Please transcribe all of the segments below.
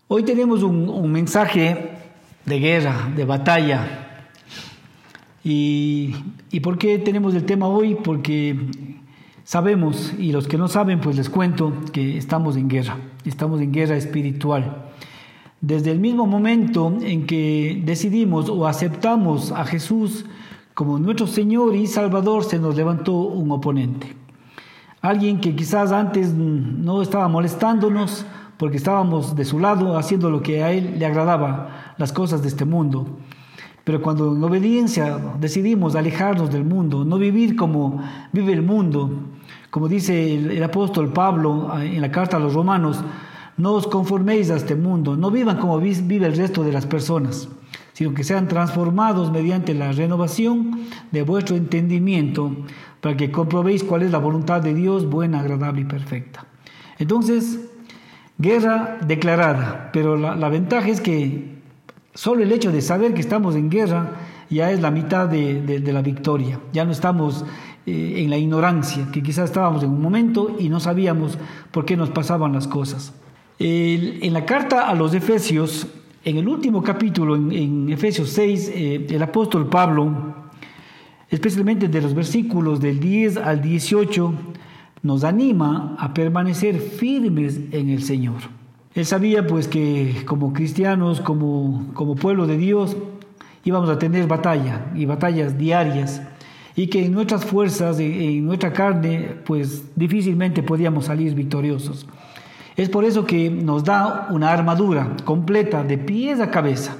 Hoy tenemos un mensaje de guerra, de batalla. ¿Y por qué tenemos el tema hoy? Porque sabemos, y los que no saben, pues les cuento que estamos en guerra espiritual. Desde el mismo momento en que decidimos o aceptamos a Jesús como nuestro Señor y Salvador, se nos levantó un oponente. Alguien que quizás antes no estaba molestándonos porque estábamos de su lado haciendo lo que a Él le agradaba, las cosas de este mundo. Pero cuando en obediencia decidimos alejarnos del mundo, no vivir como vive el mundo, como dice el apóstol Pablo en la carta a los Romanos, no os conforméis a este mundo, no vivan como vive el resto de las personas, sino que sean transformados mediante la renovación de vuestro entendimiento, para que comprobéis cuál es la voluntad de Dios, buena, agradable y perfecta. Entonces, guerra declarada, pero la ventaja es que solo el hecho de saber que estamos en guerra ya es la mitad de la victoria. Ya no estamos en la ignorancia, que quizás estábamos en un momento y no sabíamos por qué nos pasaban las cosas. En la carta a los Efesios, en el último capítulo, en Efesios 6, el apóstol Pablo, especialmente de los versículos del 10 al 18, nos anima a permanecer firmes en el Señor. Él sabía pues que como cristianos, como pueblo de Dios, íbamos a tener batalla y batallas diarias, y que en nuestras fuerzas, en nuestra carne, pues difícilmente podíamos salir victoriosos. Es por eso que nos da una armadura completa de pies a cabeza.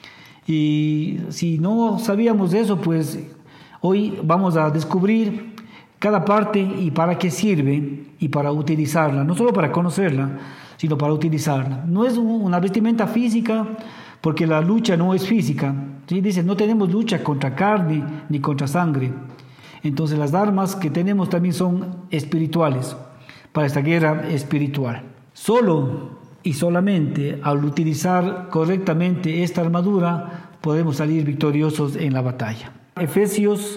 Y si no sabíamos eso, pues hoy vamos a descubrir cada parte y para qué sirve y para utilizarla, no solo para conocerla, sino para utilizarla. No es una vestimenta física, porque la lucha no es física. ¿Sí? Dice, no tenemos lucha contra carne ni contra sangre. Entonces las armas que tenemos también son espirituales, para esta guerra espiritual. Solo y solamente al utilizar correctamente esta armadura podemos salir victoriosos en la batalla. Efesios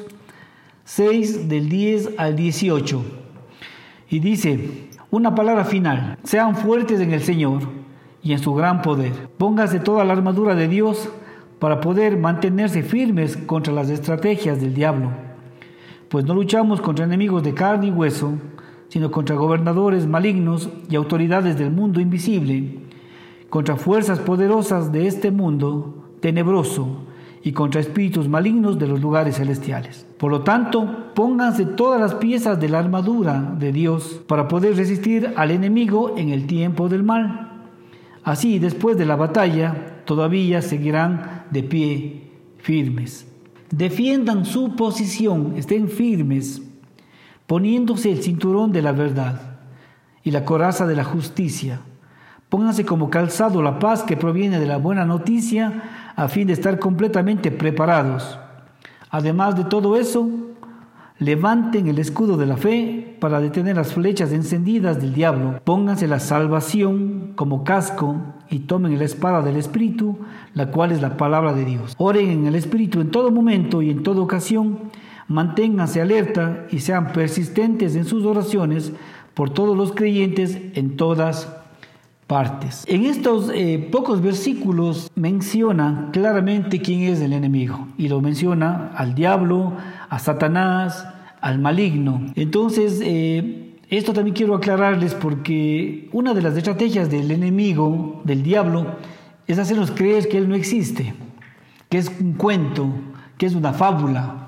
6 del 10 al 18. Y dice, una palabra final: sean fuertes en el Señor y en su gran poder. Pónganse toda la armadura de Dios para poder mantenerse firmes contra las estrategias del diablo. Pues no luchamos contra enemigos de carne y hueso, sino contra gobernadores malignos y autoridades del mundo invisible, contra fuerzas poderosas de este mundo tenebroso y contra espíritus malignos de los lugares celestiales. Por lo tanto, pónganse todas las piezas de la armadura de Dios para poder resistir al enemigo en el tiempo del mal. Así, después de la batalla, todavía seguirán de pie firmes. Defiendan su posición, estén firmes, poniéndose el cinturón de la verdad y la coraza de la justicia. Pónganse como calzado la paz que proviene de la buena noticia, a fin de estar completamente preparados. Además de todo eso, levanten el escudo de la fe para detener las flechas encendidas del diablo. Pónganse la salvación como casco y tomen la espada del Espíritu, la cual es la palabra de Dios. Oren en el Espíritu en todo momento y en toda ocasión. Manténganse alerta y sean persistentes en sus oraciones por todos los creyentes en todas partes. En estos pocos versículos menciona claramente quién es el enemigo, y lo menciona al diablo, a Satanás, al maligno. Entonces, esto también quiero aclararles, porque una de las estrategias del enemigo, del diablo, es hacernos creer que él no existe, que es un cuento, que es una fábula.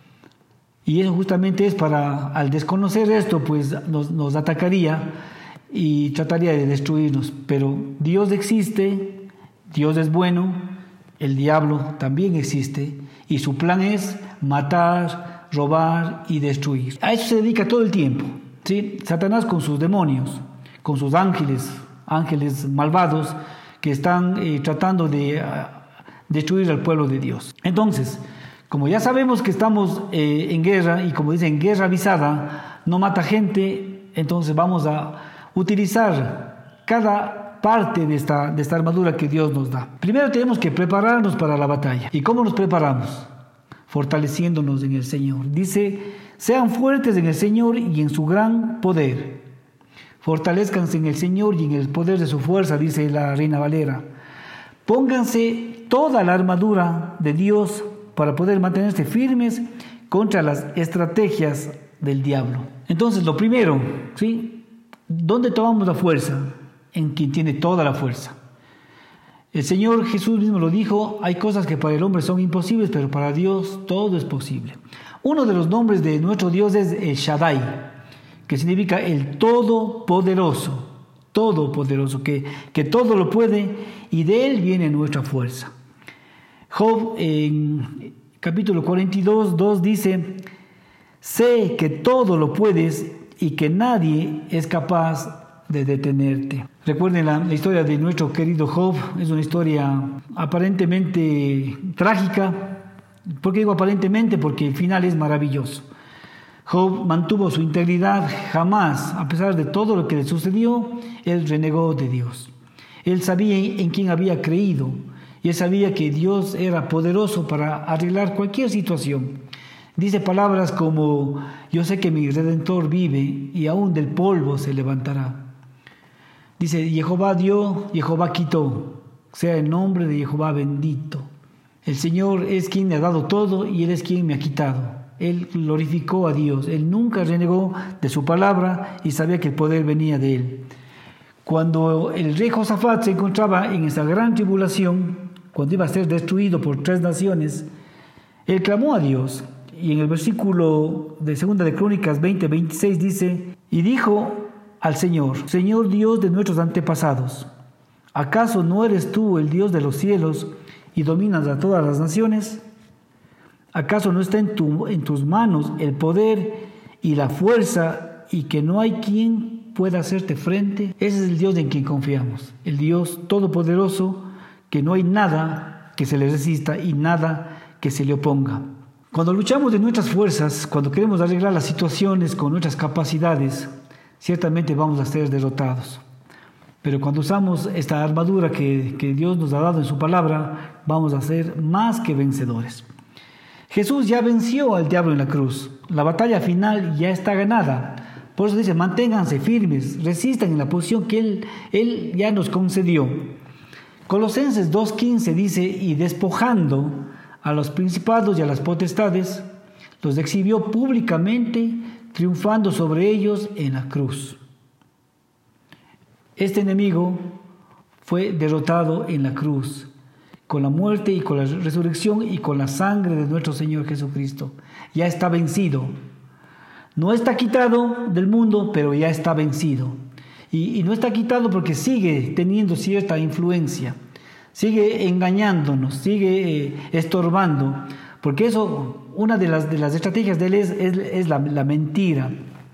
Y eso justamente es para, al desconocer esto, pues nos atacaría y trataría de destruirnos. Pero Dios existe, Dios es bueno, el diablo también existe, y su plan es matar, robar y destruir. A eso se dedica todo el tiempo, ¿sí? Satanás con sus demonios, con sus ángeles malvados que están tratando de destruir al pueblo de Dios. Entonces, como ya sabemos que estamos en guerra, y como dicen, guerra avisada no mata gente, entonces vamos a utilizar cada parte de esta armadura que Dios nos da. Primero tenemos que prepararnos para la batalla. ¿Y cómo nos preparamos? Fortaleciéndonos en el Señor. Dice, sean fuertes en el Señor y en su gran poder. Fortalezcanse en el Señor y en el poder de su fuerza, dice la Reina Valera. Pónganse toda la armadura de Dios para poder mantenerse firmes contra las estrategias del diablo. Entonces, lo primero, ¿sí? ¿Dónde tomamos la fuerza? En quien tiene toda la fuerza. El Señor Jesús mismo lo dijo, hay cosas que para el hombre son imposibles, pero para Dios todo es posible. Uno de los nombres de nuestro Dios es el Shaddai, que significa el Todopoderoso, que todo lo puede y de Él viene nuestra fuerza. Job en capítulo 42, 2 dice, sé que todo lo puedes y que nadie es capaz de detenerte. Recuerden la historia de nuestro querido Job, es una historia aparentemente trágica. ¿Por qué digo aparentemente? Porque el final es maravilloso. Job mantuvo su integridad, jamás, a pesar de todo lo que le sucedió, él renegó de Dios. Él sabía en quién había creído y él sabía que Dios era poderoso para arreglar cualquier situación. Dice palabras como, yo sé que mi Redentor vive y aún del polvo se levantará. Dice, Jehová dio, Jehová quitó, sea el nombre de Jehová bendito. El Señor es quien me ha dado todo y Él es quien me ha quitado. Él glorificó a Dios, Él nunca renegó de su palabra y sabía que el poder venía de Él. Cuando el rey Josafat se encontraba en esa gran tribulación, cuando iba a ser destruido por 3 naciones, él clamó a Dios. Y en el versículo de 2 de Crónicas 20:26 dice, y dijo al Señor, Señor Dios de nuestros antepasados, ¿acaso no eres tú el Dios de los cielos y dominas a todas las naciones? ¿Acaso no está en tus manos el poder y la fuerza y que no hay quien pueda hacerte frente? Ese es el Dios en quien confiamos, el Dios todopoderoso, que no hay nada que se le resista y nada que se le oponga. Cuando luchamos de nuestras fuerzas, cuando queremos arreglar las situaciones con nuestras capacidades, ciertamente vamos a ser derrotados. Pero cuando usamos esta armadura que Dios nos ha dado en su palabra, vamos a ser más que vencedores. Jesús ya venció al diablo en la cruz. La batalla final ya está ganada. Por eso dice, manténganse firmes, resistan en la posición que Él ya nos concedió. Colosenses 2:15 dice, y despojando a los principados y a las potestades, los exhibió públicamente, triunfando sobre ellos en la cruz. Este enemigo fue derrotado en la cruz, con la muerte y con la resurrección y con la sangre de nuestro Señor Jesucristo. Ya está vencido. No está quitado del mundo, pero ya está vencido. Y no está quitado porque sigue teniendo cierta influencia, sigue engañándonos, sigue estorbando, porque eso, una de las estrategias de él es la mentira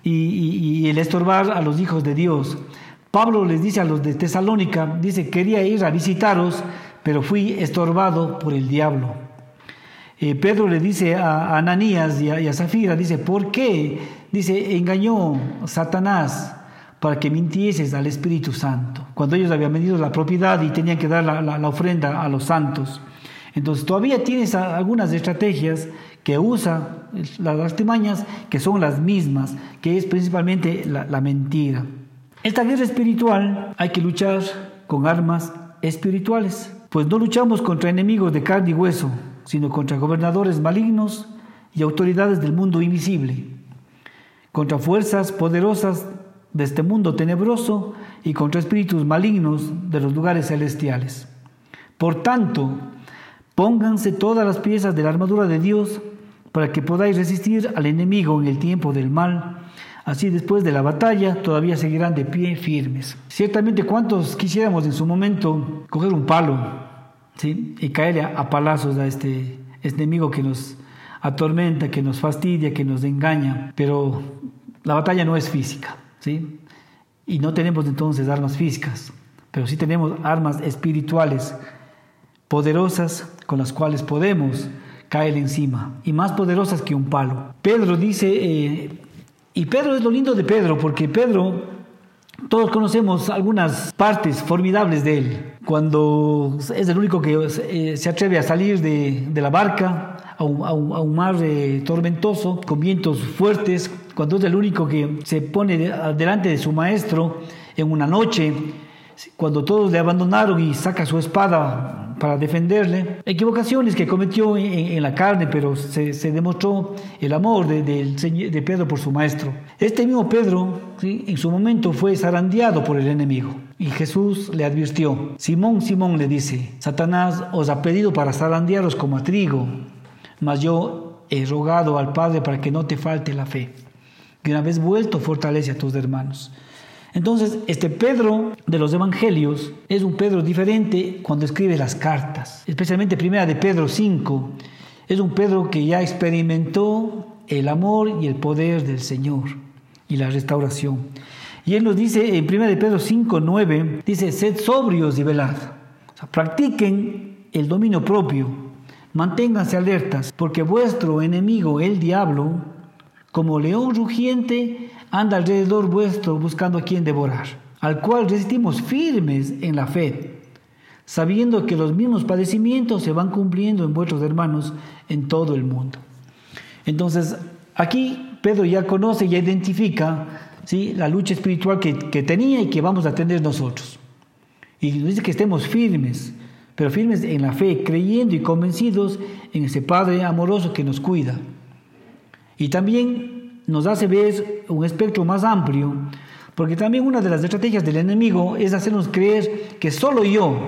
y el estorbar a los hijos de Dios. Pablo les dice a los de Tesalónica, dice, quería ir a visitaros, pero fui estorbado por el diablo. Pedro le dice a Ananías y a Zafira, dice, ¿por qué? Dice, engañó Satanás para que mintieses al Espíritu Santo, cuando ellos habían vendido la propiedad y tenían que dar la ofrenda a los santos. Entonces todavía tienes algunas estrategias que usa, las artimañas, que son las mismas, que es principalmente la mentira. Esta guerra espiritual hay que luchar con armas espirituales, pues no luchamos contra enemigos de carne y hueso, sino contra gobernadores malignos y autoridades del mundo invisible, contra fuerzas poderosas de este mundo tenebroso y contra espíritus malignos de los lugares celestiales. Por tanto, pónganse todas las piezas de la armadura de Dios para que podáis resistir al enemigo en el tiempo del mal. Así después de la batalla todavía seguirán de pie firmes. Ciertamente, ¿cuántos quisiéramos en su momento coger un palo, ¿sí?, y caerle a palazos a este enemigo que nos atormenta, que nos fastidia, que nos engaña? Pero la batalla no es física, ¿sí? Y no tenemos entonces armas físicas, pero sí tenemos armas espirituales poderosas con las cuales podemos caer encima, y más poderosas que un palo. Pedro dice, y Pedro es lo lindo de Pedro, porque Pedro, todos conocemos algunas partes formidables de él. Cuando es el único que se atreve a salir de la barca, a un mar tormentoso, con vientos fuertes, cuando es el único que se pone delante de su maestro en una noche, cuando todos le abandonaron y saca su espada para defenderle. Equivocaciones que cometió en la carne, pero se demostró el amor de Pedro por su maestro. Este mismo Pedro, ¿sí?, en su momento fue zarandeado por el enemigo. Y Jesús le advirtió: Simón, Simón, le dice, Satanás os ha pedido para zarandearos como a trigo, mas yo he rogado al Padre para que no te falte la fe. Y una vez vuelto, fortalece a tus hermanos. Entonces, este Pedro de los evangelios es un Pedro diferente cuando escribe las cartas, especialmente primera de Pedro 5. Es un Pedro que ya experimentó el amor y el poder del Señor y la restauración. Y él nos dice en primera de Pedro 5, 9, dice: sed sobrios y velad. O sea, practiquen el dominio propio, manténganse alertas, porque vuestro enemigo, el diablo, como león rugiente, anda alrededor vuestro buscando a quien devorar, al cual resistimos firmes en la fe, sabiendo que los mismos padecimientos se van cumpliendo en vuestros hermanos en todo el mundo. Entonces, aquí Pedro ya conoce, ya identifica, ¿sí?, la lucha espiritual que tenía y que vamos a tener nosotros. Y nos dice que estemos firmes, pero firmes en la fe, creyendo y convencidos en ese Padre amoroso que nos cuida. Y también nos hace ver un espectro más amplio, porque también una de las estrategias del enemigo es hacernos creer que solo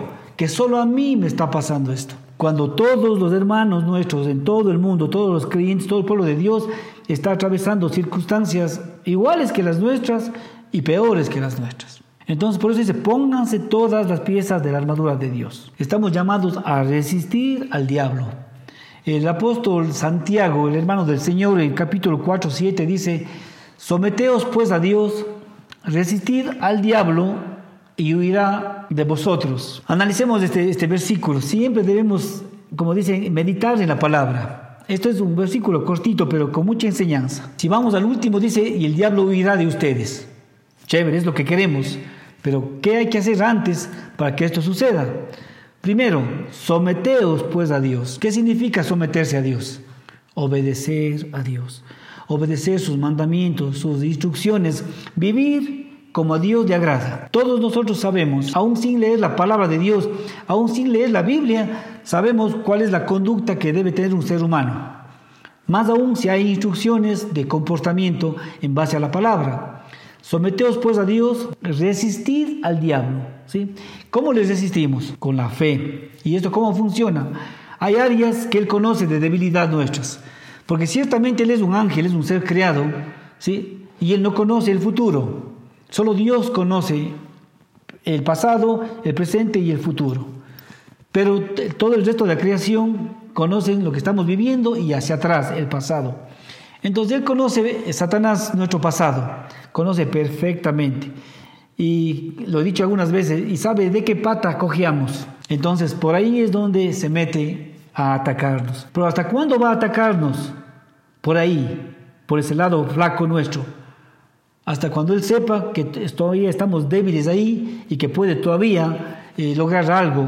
a mí me está pasando esto. Cuando todos los hermanos nuestros en todo el mundo, todos los creyentes, todo el pueblo de Dios está atravesando circunstancias iguales que las nuestras y peores que las nuestras. Entonces, por eso dice: pónganse todas las piezas de la armadura de Dios. Estamos llamados a resistir al diablo. El apóstol Santiago, el hermano del Señor, en capítulo 4, 7, dice: someteos pues a Dios, resistid al diablo y huirá de vosotros. Analicemos este versículo. Siempre debemos, como dicen, meditar en la palabra. Esto es un versículo cortito, pero con mucha enseñanza. Si vamos al último, dice: y el diablo huirá de ustedes. Chévere, es lo que queremos. Pero ¿qué hay que hacer antes para que esto suceda? Primero, someteos pues a Dios. ¿Qué significa someterse a Dios? Obedecer a Dios, obedecer sus mandamientos, sus instrucciones, vivir como a Dios le agrada. Todos nosotros sabemos, aún sin leer la palabra de Dios, aún sin leer la Biblia, sabemos cuál es la conducta que debe tener un ser humano. Más aún si hay instrucciones de comportamiento en base a la palabra. Someteos pues a Dios, resistid al diablo, ¿sí? ¿Cómo le resistimos? Con la fe. ¿Y esto cómo funciona? Hay áreas que Él conoce de debilidad nuestras, porque ciertamente Él es un ángel, es un ser creado, ¿sí?, y Él no conoce el futuro. Solo Dios conoce el pasado, el presente y el futuro. Pero todo el resto de la creación conocen lo que estamos viviendo y hacia atrás, el pasado. Entonces Él conoce, Satanás, nuestro pasado, conoce perfectamente. Y lo he dicho algunas veces, y sabe de qué pata cojeamos. Entonces por ahí es donde se mete a atacarnos. Pero ¿hasta cuándo va a atacarnos? Por ahí, por ese lado flaco nuestro. Hasta cuando Él sepa que todavía estamos débiles ahí y que puede todavía lograr algo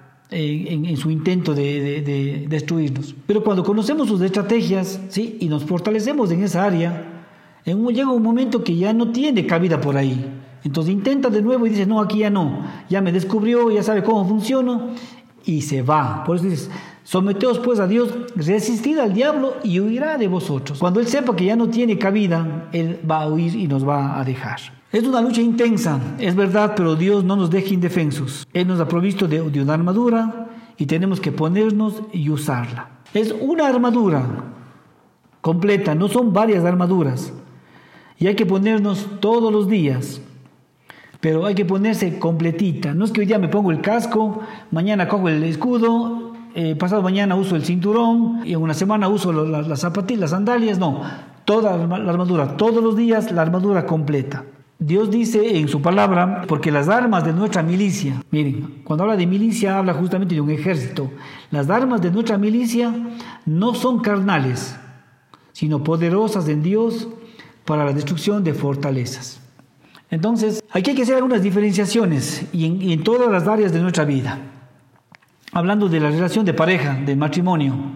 en su intento de destruirnos. Pero cuando conocemos sus estrategias, ¿sí?, y nos fortalecemos en esa área, llega un momento que ya no tiene cabida por ahí. Entonces intenta de nuevo y dice: no, aquí ya no, ya me descubrió, ya sabe cómo funciono, y se va. Por eso dice: someteos pues a Dios, resistid al diablo y huirá de vosotros. Cuando Él sepa que ya no tiene cabida, Él va a huir y nos va a dejar. Es una lucha intensa, es verdad, pero Dios no nos deja indefensos. Él nos ha provisto de una armadura y tenemos que ponernos y usarla. Es una armadura completa, no son varias armaduras. Y hay que ponernos todos los días, pero hay que ponerse completita. No es que hoy día me pongo el casco, mañana cojo el escudo, pasado mañana uso el cinturón y en una semana uso las zapatillas, las sandalias. No, toda la armadura, todos los días la armadura completa. Dios dice en su palabra: porque las armas de nuestra milicia, miren, cuando habla de milicia habla justamente de un ejército. Las armas de nuestra milicia no son carnales, sino poderosas en Dios para la destrucción de fortalezas. Entonces, aquí hay que hacer algunas diferenciaciones y en todas las áreas de nuestra vida. Hablando de la relación de pareja, del matrimonio,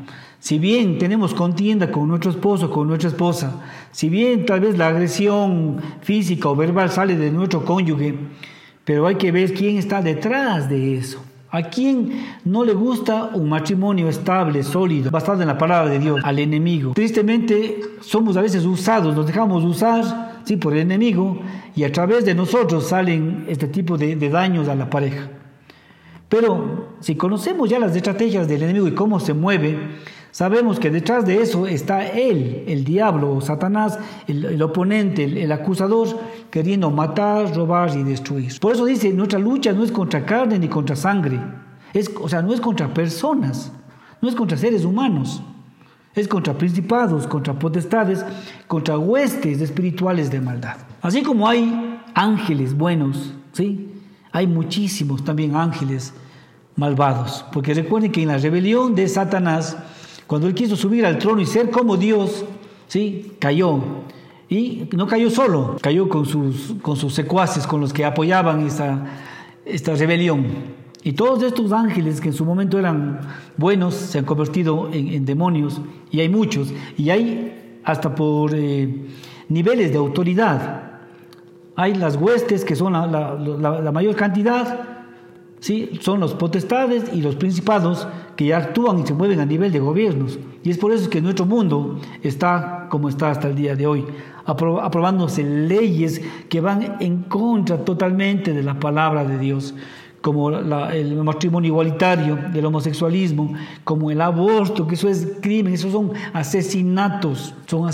Si bien tenemos contienda con nuestro esposo, con nuestra esposa, si bien tal vez la agresión física o verbal sale de nuestro cónyuge, pero hay que ver quién está detrás de eso. ¿A quién no le gusta un matrimonio estable, sólido, basado en la palabra de Dios? Al enemigo. Tristemente somos a veces usados, nos dejamos usar, sí, por el enemigo, y a través de nosotros salen este tipo de daños a la pareja. Pero si conocemos ya las estrategias del enemigo y cómo se mueve, sabemos que detrás de eso está él, el diablo, Satanás, el oponente, el acusador, queriendo matar, robar y destruir. Por eso dice, nuestra lucha no es contra carne ni contra sangre, no es contra personas, no es contra seres humanos, es contra principados, contra potestades, contra huestes espirituales de maldad. Así como hay ángeles buenos, ¿sí? Hay muchísimos también ángeles malvados, porque recuerden que en la rebelión de Satanás, cuando él quiso subir al trono y ser como Dios, ¿sí? Cayó. Y no cayó solo, cayó con sus secuaces, con los que apoyaban esta rebelión. Y todos estos ángeles que en su momento eran buenos, se han convertido en demonios, y hay muchos, y hay hasta por niveles de autoridad. Hay las huestes, que son la mayor cantidad, ¿sí? Son los potestades y los principados que ya actúan y se mueven a nivel de gobiernos. Y es por eso que nuestro mundo está como está hasta el día de hoy, aprobándose leyes que van en contra totalmente de la palabra de Dios, como el matrimonio igualitario, el homosexualismo, como el aborto, que eso es crimen, esos son asesinatos.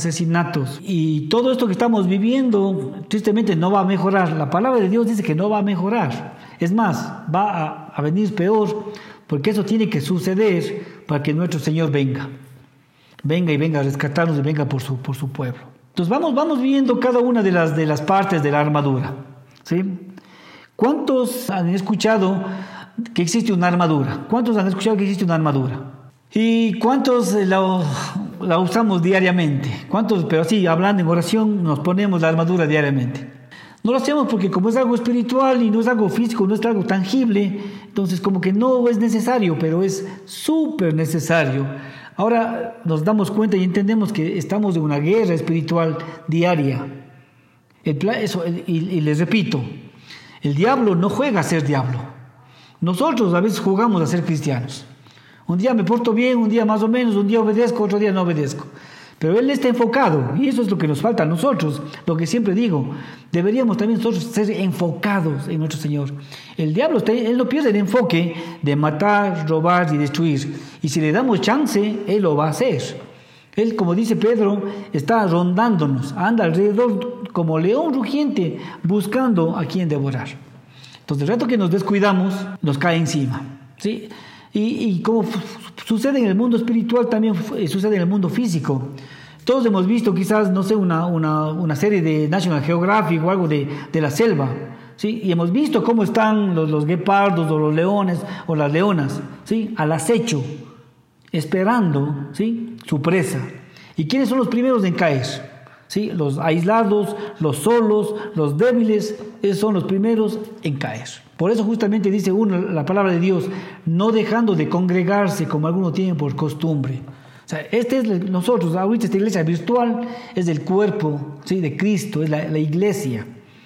Y todo esto que estamos viviendo, tristemente, no va a mejorar. La palabra de Dios dice que no va a mejorar. Es más, va a venir peor, porque eso tiene que suceder para que nuestro Señor venga a rescatarnos y venga por su pueblo. Entonces vamos viendo cada una de las partes de la armadura, ¿sí? ¿Cuántos han escuchado que existe una armadura? ¿Cuántos han escuchado que existe una armadura? ¿Y cuántos la usamos diariamente? ¿Cuántos, pero sí, hablando en oración, nos ponemos la armadura diariamente? No lo hacemos porque como es algo espiritual y no es algo físico, no es algo tangible, entonces como que no es necesario, pero es súper necesario. Ahora nos damos cuenta y entendemos que estamos en una guerra espiritual diaria. Y les repito, el diablo no juega a ser diablo. Nosotros a veces jugamos a ser cristianos. Un día me porto bien, un día más o menos, un día obedezco, otro día no obedezco. Pero él está enfocado, y eso es lo que nos falta a nosotros, lo que siempre digo. Deberíamos también nosotros ser enfocados en nuestro Señor. El diablo, él no pierde el enfoque de matar, robar y destruir. Y si le damos chance, él lo va a hacer. Él, como dice Pedro, está rondándonos, anda alrededor como león rugiente, buscando a quien devorar. Entonces, el rato que nos descuidamos, nos cae encima, ¿sí? Y como sucede en el mundo espiritual, también sucede en el mundo físico. Todos hemos visto quizás, no sé, una serie de National Geographic o algo de la selva, ¿sí? Y hemos visto cómo están los guepardos o los leones o las leonas, ¿sí? Al acecho, esperando, ¿sí? Su presa. ¿Y quiénes son los primeros en caer? ¿Sí? Los aislados, los solos, los débiles, esos son los primeros en caer. Por eso justamente dice la palabra de Dios, no dejando de congregarse como algunos tienen por costumbre. O sea, nosotros, ahorita esta iglesia virtual es el cuerpo, ¿sí? De Cristo, es la iglesia.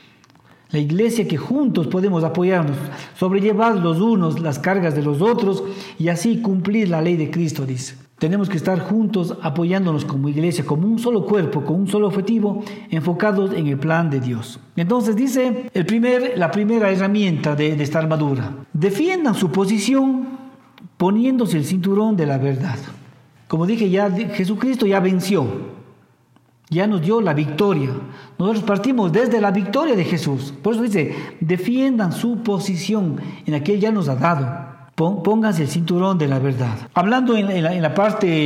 La iglesia que juntos podemos apoyarnos, sobrellevar los unos las cargas de los otros y así cumplir la ley de Cristo, dice. Tenemos que estar juntos apoyándonos como iglesia, como un solo cuerpo, con un solo objetivo, enfocados en el plan de Dios. Entonces dice la primera herramienta de esta armadura. Defiendan su posición poniéndose el cinturón de la verdad. Como dije, ya Jesucristo ya venció, ya nos dio la victoria. Nosotros partimos desde la victoria de Jesús. Por eso dice, defiendan su posición en aquel ya nos ha dado. Pónganse el cinturón de la verdad. Hablando en la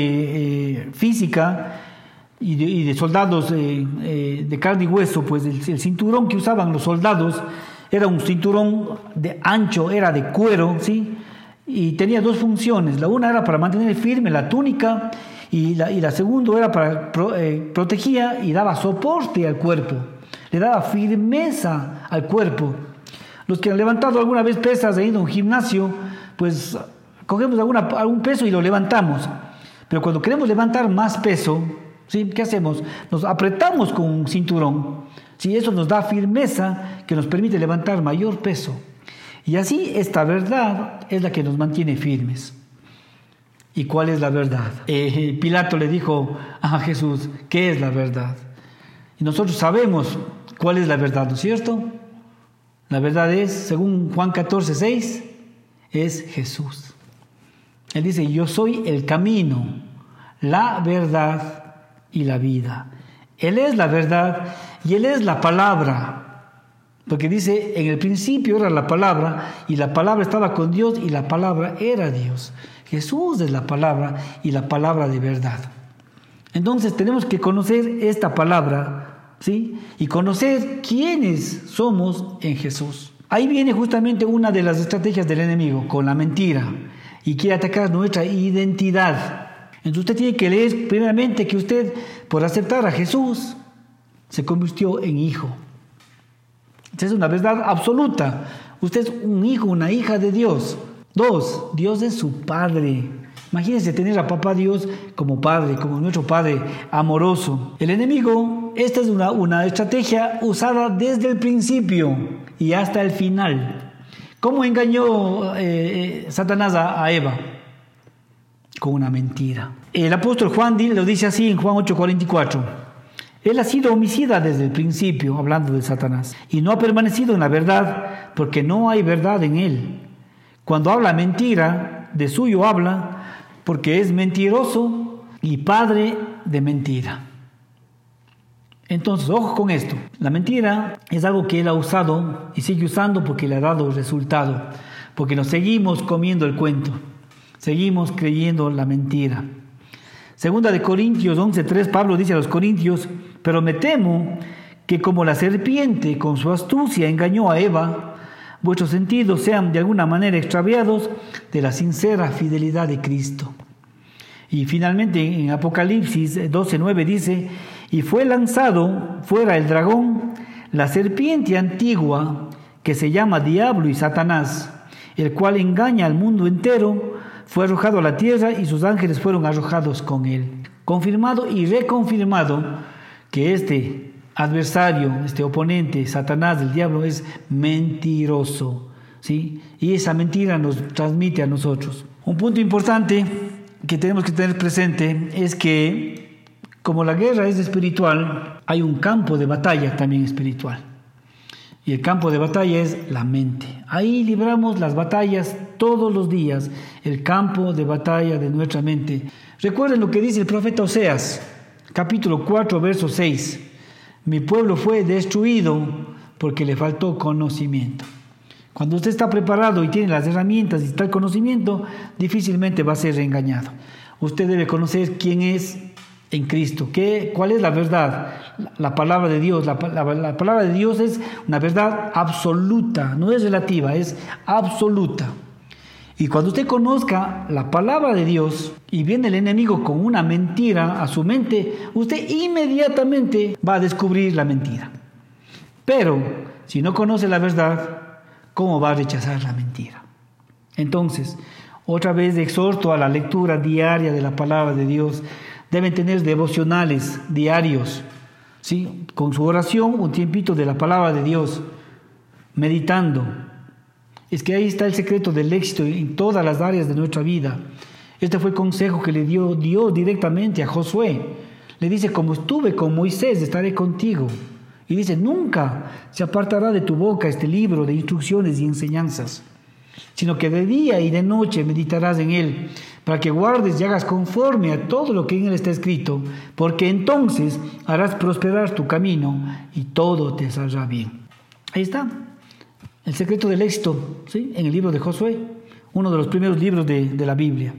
parte física y de soldados de carne y hueso, pues el cinturón que usaban los soldados era un cinturón de ancho, era de cuero, ¿sí? Y tenía dos funciones. La una era para mantener firme la túnica y la segunda era para protegía y daba soporte al cuerpo. Le daba firmeza al cuerpo. Los que han levantado alguna vez pesas, han ido a un gimnasio, pues cogemos algún peso y lo levantamos. Pero cuando queremos levantar más peso, ¿sí? ¿Qué hacemos? Nos apretamos con un cinturón. ¿Sí? Eso nos da firmeza que nos permite levantar mayor peso. Y así esta verdad es la que nos mantiene firmes. ¿Y cuál es la verdad? Pilato le dijo a Jesús, ¿qué es la verdad? Y nosotros sabemos cuál es la verdad, ¿no es cierto? La verdad es, según Juan 14:6, es Jesús. Él dice, yo soy el camino, la verdad y la vida. Él es la verdad y Él es la palabra. Porque dice, en el principio era la palabra y la palabra estaba con Dios y la palabra era Dios. Jesús es la palabra y la palabra de verdad. Entonces tenemos que conocer esta palabra, ¿sí? Y conocer quiénes somos en Jesús. Ahí viene justamente una de las estrategias del enemigo, con la mentira. Y quiere atacar nuestra identidad. Entonces usted tiene que leer primeramente que usted, por aceptar a Jesús, se convirtió en hijo. Esa es una verdad absoluta. Usted es un hijo, una hija de Dios. 2, Dios es su Padre. Imagínense tener a Papá Dios como Padre, como nuestro Padre amoroso. El enemigo, esta es una estrategia usada desde el principio y hasta el final. ¿Cómo engañó Satanás a Eva? Con una mentira. El apóstol Juan lo dice así en Juan 8:44. Él ha sido homicida desde el principio, hablando de Satanás, y no ha permanecido en la verdad, porque no hay verdad en él. Cuando habla mentira, de suyo habla, porque es mentiroso y padre de mentira. Entonces, ojo con esto. La mentira es algo que él ha usado y sigue usando porque le ha dado resultado, porque nos seguimos comiendo el cuento, seguimos creyendo la mentira. Segunda de Corintios 11:3, Pablo dice a los corintios, pero me temo que como la serpiente con su astucia engañó a Eva, vuestros sentidos sean de alguna manera extraviados de la sincera fidelidad de Cristo. Y finalmente en Apocalipsis 12:9 dice, y fue lanzado fuera el dragón, la serpiente antigua, que se llama Diablo y Satanás, el cual engaña al mundo entero, fue arrojado a la tierra y sus ángeles fueron arrojados con él. Confirmado y reconfirmado que este adversario, este oponente, Satanás, el diablo, es mentiroso, ¿sí? Y esa mentira nos transmite a nosotros. Un punto importante que tenemos que tener presente es que, como la guerra es espiritual, hay un campo de batalla también espiritual. Y el campo de batalla es la mente. Ahí libramos las batallas todos los días, el campo de batalla de nuestra mente. Recuerden lo que dice el profeta Oseas, capítulo 4, verso 6. Mi pueblo fue destruido porque le faltó conocimiento. Cuando usted está preparado y tiene las herramientas y está el conocimiento, difícilmente va a ser engañado. Usted debe conocer quién es en Cristo. ¿Cuál es la verdad? La palabra de Dios. La palabra de Dios es una verdad absoluta, no es relativa, es absoluta. Y cuando usted conozca la palabra de Dios y viene el enemigo con una mentira a su mente, usted inmediatamente va a descubrir la mentira. Pero si no conoce la verdad, ¿cómo va a rechazar la mentira? Entonces, otra vez exhorto a la lectura diaria de la palabra de Dios. Deben tener devocionales diarios, ¿sí? Con su oración, un tiempito de la palabra de Dios, meditando. Es que ahí está el secreto del éxito en todas las áreas de nuestra vida. Este fue el consejo que le dio Dios directamente a Josué. Le dice, como estuve con Moisés, estaré contigo. Y dice, nunca se apartará de tu boca este libro de instrucciones y enseñanzas, sino que de día y de noche meditarás en él, para que guardes y hagas conforme a todo lo que en él está escrito, porque entonces harás prosperar tu camino y todo te saldrá bien. Ahí está, el secreto del éxito, ¿sí? En el libro de Josué, uno de los primeros libros de la Biblia.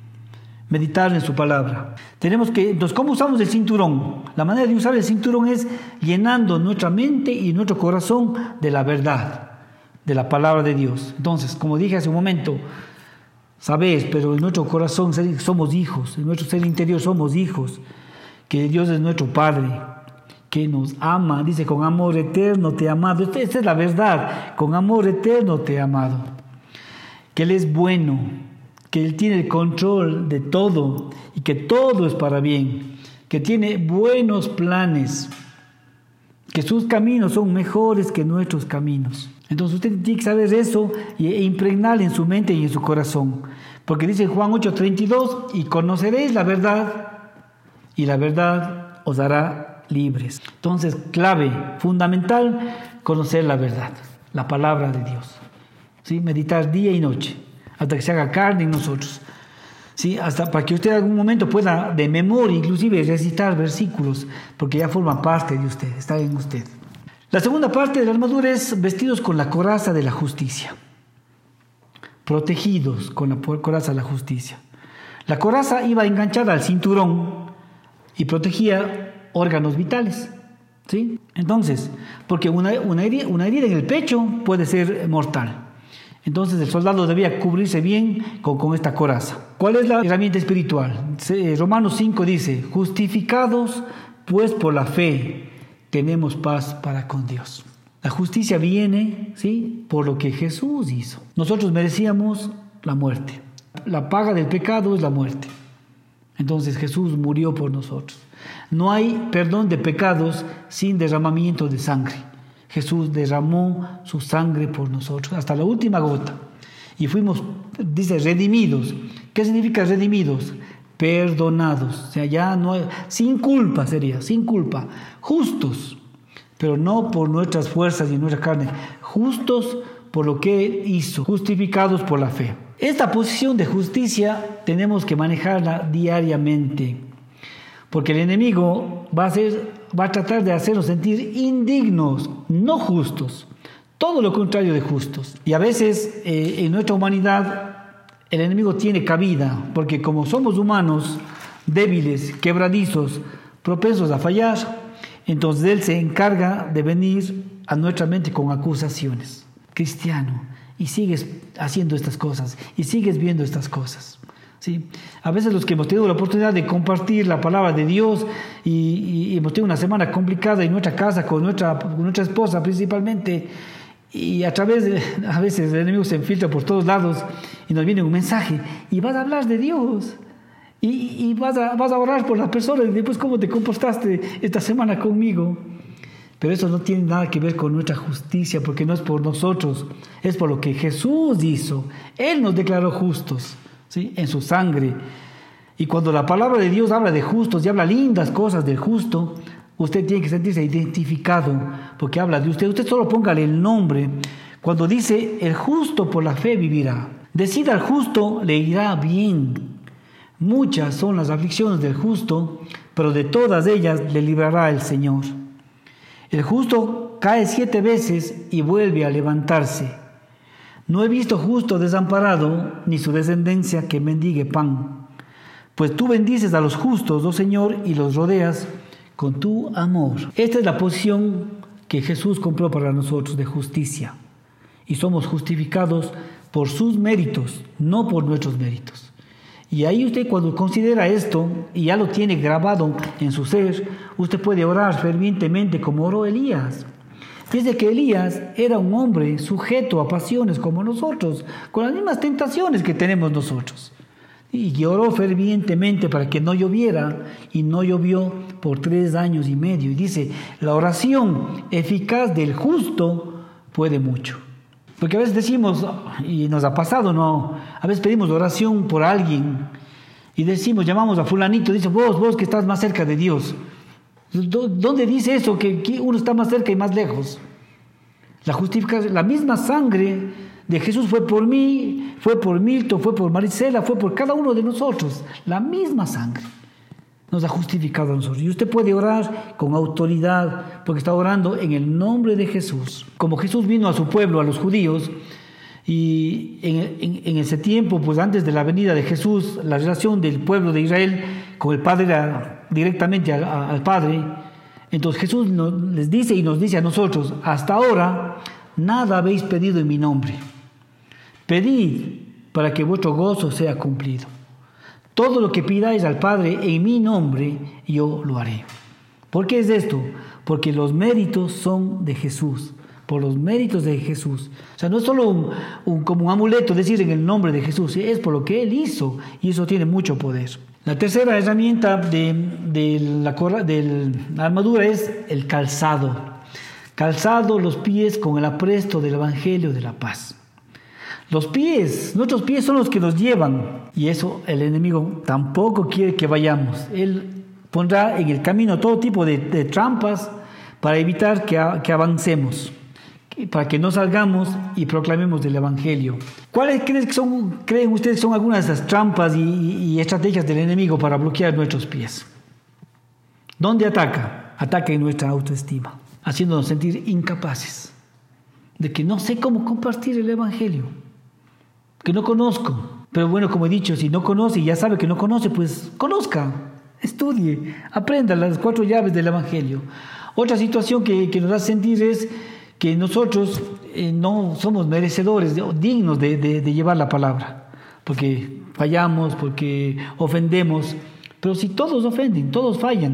Meditar en su palabra. Entonces, ¿cómo usamos el cinturón? La manera de usar el cinturón es llenando nuestra mente y nuestro corazón de la verdad, de la palabra de Dios. Entonces, como dije hace un momento, sabéis, pero en nuestro corazón somos hijos, en nuestro ser interior somos hijos, que Dios es nuestro Padre, que nos ama, dice, con amor eterno te he amado. Esta es la verdad, con amor eterno te he amado. Que Él es bueno, que Él tiene el control de todo y que todo es para bien, que tiene buenos planes, que sus caminos son mejores que nuestros caminos. Entonces usted tiene que saber eso e impregnarlo en su mente y en su corazón. Porque dice Juan 8:32, y conoceréis la verdad, y la verdad os hará libres. Entonces, clave, fundamental, conocer la verdad, la palabra de Dios. ¿Sí? Meditar día y noche, hasta que se haga carne en nosotros. ¿Sí? Hasta para que usted en algún momento pueda de memoria inclusive recitar versículos, porque ya forman parte de usted, está en usted. La segunda parte de la armadura es vestidos con la coraza de la justicia, protegidos con la coraza de la justicia. La coraza iba enganchada al cinturón y protegía órganos vitales. ¿Sí? Entonces, porque una herida en el pecho puede ser mortal. Entonces el soldado debía cubrirse bien con esta coraza. ¿Cuál es la herramienta espiritual? Romanos 5 dice, justificados pues por la fe tenemos paz para con Dios. La justicia viene, ¿sí?, por lo que Jesús hizo. Nosotros merecíamos la muerte. La paga del pecado es la muerte. Entonces Jesús murió por nosotros. No hay perdón de pecados sin derramamiento de sangre. Jesús derramó su sangre por nosotros hasta la última gota. Y fuimos, dice, redimidos. ¿Qué significa redimidos? Perdonados. O sea, ya no hay, sin culpa sería, sin culpa. Justos, pero no por nuestras fuerzas y nuestra carne. Justos por lo que Él hizo. Justificados por la fe. Esta posición de justicia tenemos que manejarla diariamente. Porque el enemigo va a tratar de hacernos sentir indignos, no justos, todo lo contrario de justos. Y a veces en nuestra humanidad el enemigo tiene cabida, porque como somos humanos débiles, quebradizos, propensos a fallar, entonces él se encarga de venir a nuestra mente con acusaciones. Cristiano, y sigues haciendo estas cosas, y sigues viendo estas cosas. ¿Sí? A veces los que hemos tenido la oportunidad de compartir la palabra de Dios y hemos tenido una semana complicada en nuestra casa con nuestra esposa principalmente, y a veces el enemigo se infiltra por todos lados y nos viene un mensaje y vas a hablar de Dios y vas a orar por las personas y después cómo te comportaste esta semana conmigo. Pero eso no tiene nada que ver con nuestra justicia, porque no es por nosotros, es por lo que Jesús hizo. Él nos declaró justos, ¿sí?, en su sangre. Y cuando la palabra de Dios habla de justos y habla lindas cosas del justo, usted tiene que sentirse identificado, porque habla de usted. Usted solo póngale el nombre. Cuando dice, el justo por la fe vivirá. Decida al justo, le irá bien. Muchas son las aflicciones del justo, pero de todas ellas le librará el Señor. El justo cae 7 veces y vuelve a levantarse. No he visto justo desamparado, ni su descendencia que mendigue pan. Pues tú bendices a los justos, oh Señor, y los rodeas con tu amor. Esta es la posición que Jesús compró para nosotros de justicia. Y somos justificados por sus méritos, no por nuestros méritos. Y ahí usted, cuando considera esto y ya lo tiene grabado en su ser, usted puede orar fervientemente como oró Elías. Fíjese que Elías era un hombre sujeto a pasiones como nosotros, con las mismas tentaciones que tenemos nosotros. Y oró fervientemente para que no lloviera, y no llovió por 3 años y medio. Y dice, la oración eficaz del justo puede mucho. Porque a veces decimos, y nos ha pasado, ¿no? A veces pedimos oración por alguien y decimos, llamamos a fulanito, dice, vos que estás más cerca de Dios. ¿Dónde dice eso? Que uno está más cerca y más lejos. La justificación, la misma sangre de Jesús fue por mí, fue por Milton, fue por Marisela, fue por cada uno de nosotros. La misma sangre nos ha justificado a nosotros. Y usted puede orar con autoridad, porque está orando en el nombre de Jesús. Como Jesús vino a su pueblo, a los judíos, y en ese tiempo, pues antes de la venida de Jesús, la relación del pueblo de Israel con el Padre era directamente al Padre. Entonces Jesús les dice y nos dice a nosotros, hasta ahora nada habéis pedido en mi nombre. Pedid para que vuestro gozo sea cumplido. Todo lo que pidáis al Padre en mi nombre, yo lo haré. ¿Por qué es esto? Porque los méritos son de Jesús. por los méritos de Jesús. O sea, no es solo como un amuleto decir en el nombre de Jesús, es por lo que Él hizo, y eso tiene mucho poder. La tercera herramienta de la armadura es el calzado. Calzado los pies con el apresto del Evangelio de la paz. Nuestros pies son los que nos llevan, y eso el enemigo tampoco quiere que vayamos. Él pondrá en el camino todo tipo de trampas para evitar que avancemos, para que no salgamos y proclamemos el Evangelio. ¿Cuáles creen ustedes que son algunas de esas trampas y estrategias del enemigo para bloquear nuestros pies? ¿Dónde ataca? Ataca en nuestra autoestima, haciéndonos sentir incapaces, de que no sé cómo compartir el Evangelio, que no conozco. Pero bueno, como he dicho, si no conoce y ya sabe que no conoce, pues conozca, estudie, aprenda las 4 llaves del Evangelio. Otra situación que nos hace sentir es que nosotros no somos merecedores o dignos de llevar la palabra, porque fallamos, porque ofendemos. Pero si todos ofenden, todos fallan,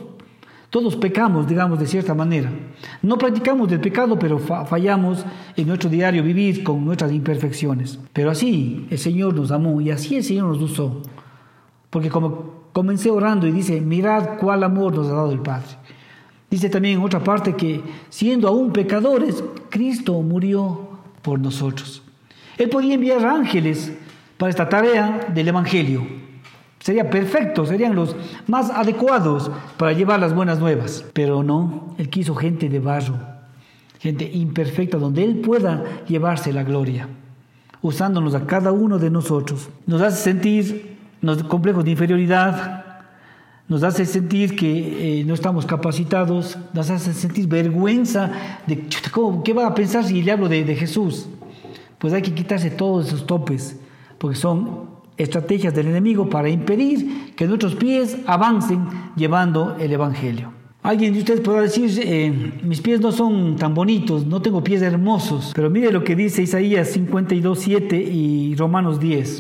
todos pecamos, digamos, de cierta manera. No practicamos el pecado, pero fallamos en nuestro diario vivir con nuestras imperfecciones. Pero así el Señor nos amó y así el Señor nos usó. Porque como comencé orando y dice, mirad cuál amor nos ha dado el Padre. Dice también en otra parte que siendo aún pecadores, Cristo murió por nosotros. Él podía enviar ángeles para esta tarea del Evangelio. Sería perfecto, serían los más adecuados para llevar las buenas nuevas. Pero no, Él quiso gente de barro, gente imperfecta, donde Él pueda llevarse la gloria, usándonos a cada uno de nosotros. Nos hace sentir complejos de inferioridad, nos hace sentir que no estamos capacitados, nos hace sentir vergüenza de ¿qué va a pensar si le hablo de Jesús? Pues hay que quitarse todos esos topes, porque son estrategias del enemigo para impedir que nuestros pies avancen llevando el Evangelio. Alguien de ustedes podrá decir, mis pies no son tan bonitos, no tengo pies hermosos, pero mire lo que dice Isaías 52:7 y Romanos 10.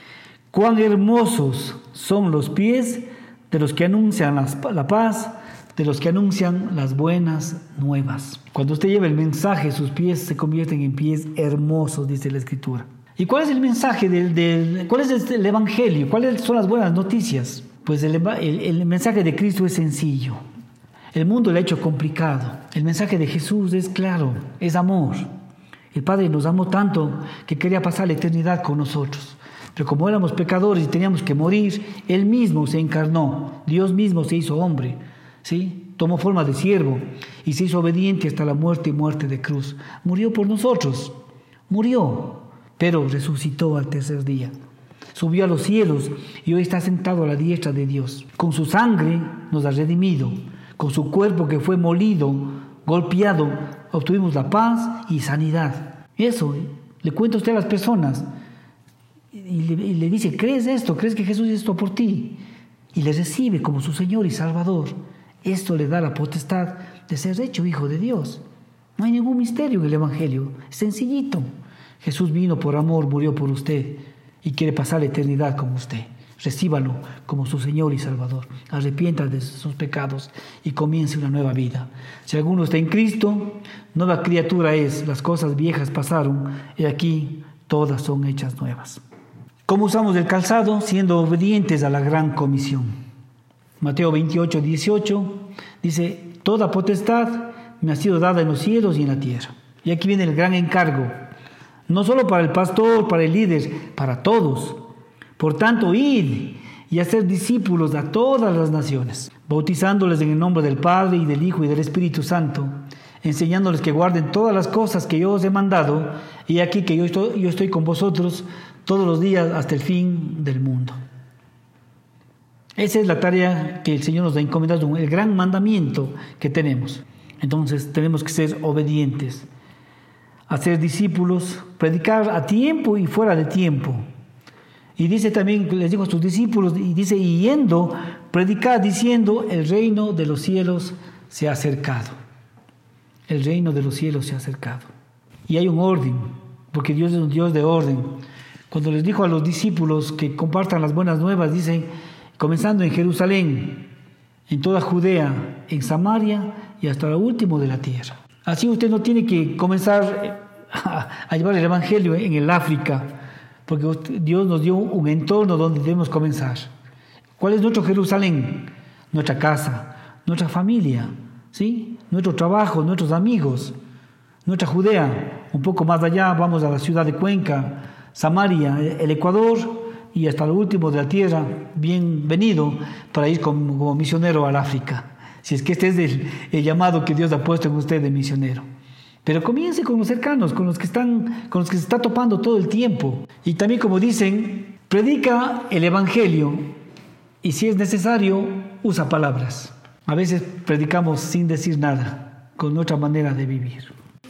Cuán hermosos son los pies de los que anuncian la paz, de los que anuncian las buenas nuevas. Cuando usted lleva el mensaje, sus pies se convierten en pies hermosos, dice la Escritura. ¿Y cuál es el mensaje cuál es el Evangelio? ¿Cuáles son las buenas noticias? Pues el mensaje de Cristo es sencillo. El mundo lo ha hecho complicado. El mensaje de Jesús es claro, es amor. El Padre nos amó tanto que quería pasar la eternidad con nosotros. Pero como éramos pecadores y teníamos que morir, Él mismo se encarnó. Dios mismo se hizo hombre, ¿sí? Tomó forma de siervo y se hizo obediente hasta la muerte y muerte de cruz. Murió por nosotros. Murió, pero resucitó al tercer día. Subió a los cielos y hoy está sentado a la diestra de Dios. Con su sangre nos ha redimido. Con su cuerpo que fue molido, golpeado, obtuvimos la paz y sanidad. Eso le cuenta usted a las personas y le dice, ¿crees esto? ¿Crees que Jesús hizo esto por ti? Y le recibe como su Señor y Salvador. Esto le da la potestad de ser hecho hijo de Dios. No hay ningún misterio en el Evangelio. Es sencillito. Jesús vino por amor, murió por usted y quiere pasar la eternidad con usted. Recíbalo como su Señor y Salvador. Arrepienta de sus pecados y comience una nueva vida. Si alguno está en Cristo, nueva criatura es. Las cosas viejas pasaron y aquí todas son hechas nuevas. ¿Cómo usamos el calzado? Siendo obedientes a la gran comisión. Mateo 28:18 dice, toda potestad me ha sido dada en los cielos y en la tierra. Y aquí viene el gran encargo. No solo para el pastor, para el líder, para todos. Por tanto, id y hacer discípulos a todas las naciones, bautizándoles en el nombre del Padre y del Hijo y del Espíritu Santo, enseñándoles que guarden todas las cosas que yo os he mandado, y aquí que yo estoy con vosotros todos los días hasta el fin del mundo. Esa es la tarea que el Señor nos ha encomendado, el gran mandamiento que tenemos. Entonces tenemos que ser obedientes, hacer discípulos, predicar a tiempo y fuera de tiempo. Y dice también, les dijo a sus discípulos, y dice, y yendo, predicad diciendo, el reino de los cielos se ha acercado. El reino de los cielos se ha acercado. Y hay un orden, porque Dios es un Dios de orden. Cuando les dijo a los discípulos que compartan las buenas nuevas, dice, comenzando en Jerusalén, en toda Judea, en Samaria y hasta lo último de la tierra. Así usted no tiene que comenzar a llevar el Evangelio en el África, porque Dios nos dio un entorno donde debemos comenzar. ¿Cuál es nuestro Jerusalén? Nuestra casa, nuestra familia, ¿sí? Nuestro trabajo, nuestros amigos, nuestra Judea. Un poco más allá vamos a la ciudad de Cuenca, Samaria, el Ecuador y hasta lo último de la tierra. Bienvenido para ir como misionero al África, si es que este es el llamado que Dios ha puesto en usted de misionero. Pero comience con los cercanos, con los que se está topando todo el tiempo. Y también, como dicen, predica el Evangelio y si es necesario, usa palabras. A veces predicamos sin decir nada, con nuestra manera de vivir.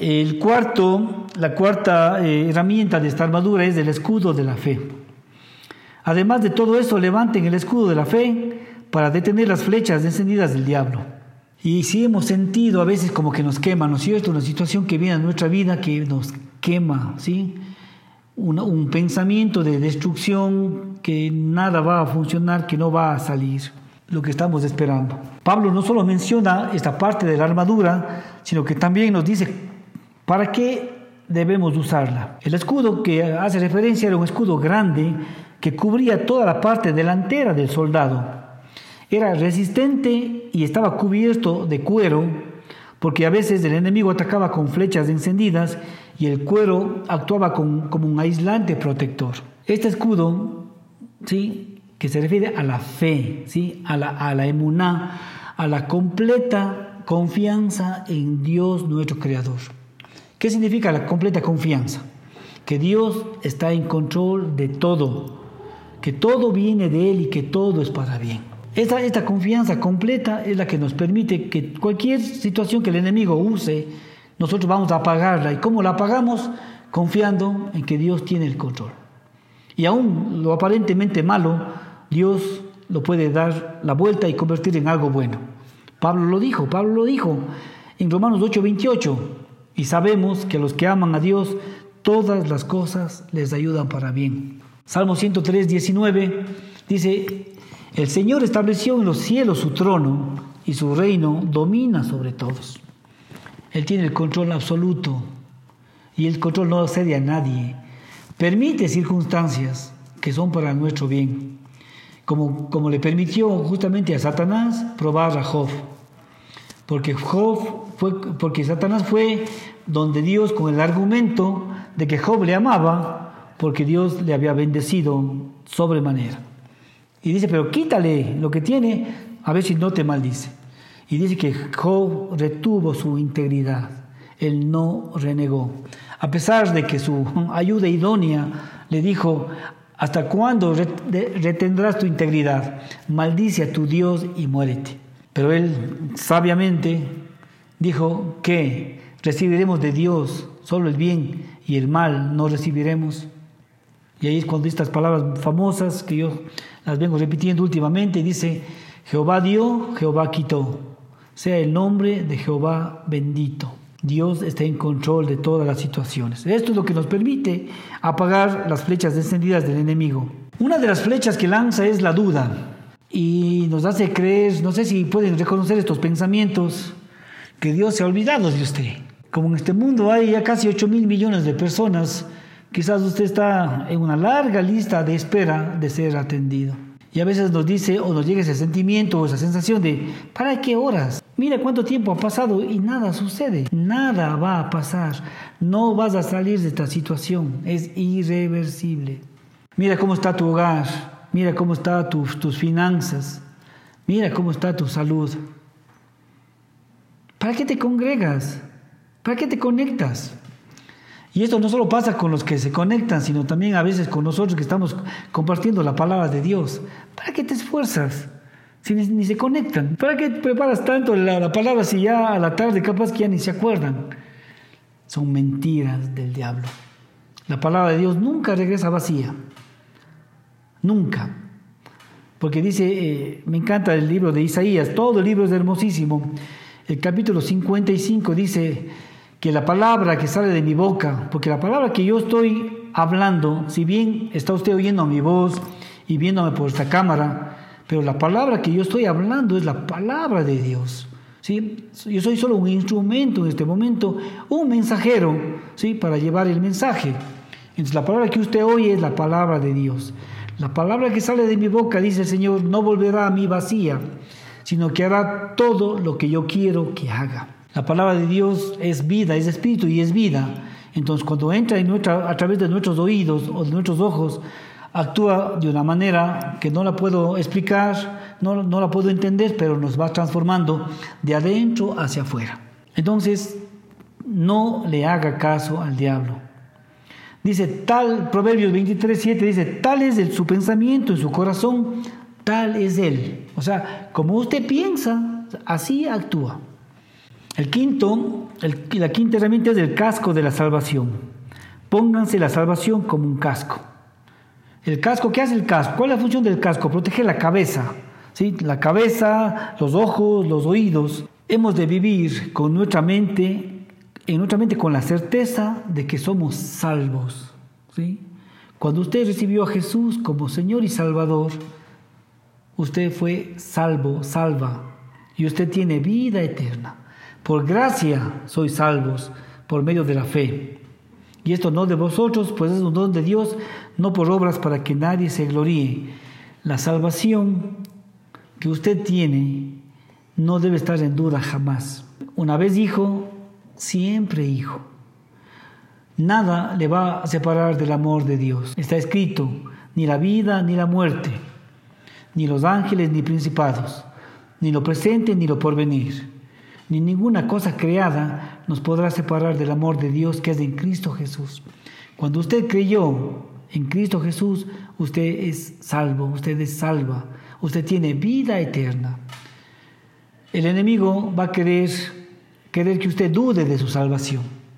La cuarta herramienta de esta armadura es el escudo de la fe. Además de todo eso, levanten el escudo de la fe para detener las flechas encendidas del diablo. Y si hemos sentido a veces como que nos quema, ¿no es cierto? Una situación que viene a nuestra vida que nos quema, ¿sí? Un pensamiento de destrucción, que nada va a funcionar, que no va a salir lo que estamos esperando. Pablo no solo menciona esta parte de la armadura, sino que también nos dice para qué debemos usarla. El escudo que hace referencia era un escudo grande que cubría toda la parte delantera del soldado. Era resistente y estaba cubierto de cuero, porque a veces el enemigo atacaba con flechas encendidas y el cuero actuaba como un aislante protector. Este escudo, ¿sí?, que se refiere a la fe, ¿sí?, a la emuná, a la completa confianza en Dios nuestro Creador. ¿Qué significa la completa confianza? Que Dios está en control de todo, que todo viene de Él y que todo es para bien. Esta confianza completa es la que nos permite que cualquier situación que el enemigo use, nosotros vamos a apagarla. ¿Y cómo la apagamos? Confiando en que Dios tiene el control. Y aún lo aparentemente malo, Dios lo puede dar la vuelta y convertir en algo bueno. Pablo lo dijo en Romanos 8:28. Y sabemos que a los que aman a Dios, todas las cosas les ayudan para bien. Salmo 103:19 dice: el Señor estableció en los cielos su trono y su reino domina sobre todos. Él tiene el control absoluto y el control no cede a nadie. Permite circunstancias que son para nuestro bien, como le permitió justamente a Satanás probar a Job. Porque Satanás fue donde Dios con el argumento de que Job le amaba porque Dios le había bendecido sobremanera. Y dice, pero quítale lo que tiene, a ver si no te maldice. Y dice que Job retuvo su integridad, él no renegó. A pesar de que su ayuda idónea le dijo, ¿hasta cuándo retendrás tu integridad? Maldice a tu Dios y muérete. Pero él sabiamente dijo que recibiremos de Dios solo el bien y el mal no recibiremos. Y ahí es cuando estas palabras famosas que yo las vengo repitiendo últimamente, dice, Jehová dio, Jehová quitó. Sea el nombre de Jehová bendito. Dios está en control de todas las situaciones. Esto es lo que nos permite apagar las flechas encendidas del enemigo. Una de las flechas que lanza es la duda. Y nos hace creer, no sé si pueden reconocer estos pensamientos, que Dios se ha olvidado de usted. Como en este mundo hay ya casi 8,000 millones de personas, quizás usted está en una larga lista de espera de ser atendido. Y a veces nos dice o nos llega ese sentimiento o esa sensación de ¿para qué horas? Mira cuánto tiempo ha pasado y nada sucede. Nada va a pasar. No vas a salir de esta situación. Es irreversible. Mira cómo está tu hogar. Mira cómo están tus finanzas. Mira cómo está tu salud. ¿Para qué te congregas? ¿Para qué te conectas? Y esto no solo pasa con los que se conectan, sino también a veces con nosotros que estamos compartiendo la palabra de Dios. ¿Para qué te esfuerzas si ni se conectan? ¿Para qué preparas tanto la palabra si ya a la tarde capaz que ya ni se acuerdan? Son mentiras del diablo. La palabra de Dios nunca regresa vacía. Nunca. Porque dice, me encanta el libro de Isaías, todo el libro es hermosísimo. El capítulo 55 dice que la palabra que sale de mi boca, porque la palabra que yo estoy hablando, si bien está usted oyendo mi voz y viéndome por esta cámara, pero la palabra que yo estoy hablando es la palabra de Dios. ¿sí? Yo soy solo un instrumento en este momento, un mensajero, ¿sí? Para llevar el mensaje. Entonces la palabra que usted oye es la palabra de Dios. La palabra que sale de mi boca, dice el Señor, no volverá a mí vacía, sino que hará todo lo que yo quiero que haga. La palabra de Dios es vida, es espíritu y es vida. Entonces cuando entra a través de nuestros oídos o de nuestros ojos, actúa de una manera que no la puedo explicar, no la puedo entender, pero nos va transformando de adentro hacia afuera. Entonces, no le haga caso al diablo. Dice Proverbios 23:7 dice, tal es su pensamiento en su corazón, tal es él. O sea, como usted piensa, así actúa. La quinta herramienta es el casco de la salvación. Pónganse la salvación como un casco. El casco, ¿qué hace el casco? ¿Cuál es la función del casco? Proteger la cabeza, ¿sí? La cabeza, los ojos, los oídos. Hemos de vivir en nuestra mente con la certeza de que somos salvos, ¿sí? Cuando usted recibió a Jesús como Señor y Salvador, usted fue salva, y usted tiene vida eterna. Por gracia sois salvos por medio de la fe. Y esto no de vosotros, pues es un don de Dios, no por obras para que nadie se gloríe. La salvación que usted tiene no debe estar en duda jamás. Una vez hijo, siempre hijo. Nada le va a separar del amor de Dios. Está escrito, ni la vida ni la muerte, ni los ángeles ni principados, ni lo presente ni lo porvenir, ni ninguna cosa creada nos podrá separar del amor de Dios que es en Cristo Jesús. Cuando usted creyó en Cristo Jesús, usted es salvo, usted es salva, usted tiene vida eterna. El enemigo va a querer que usted dude de su salvación.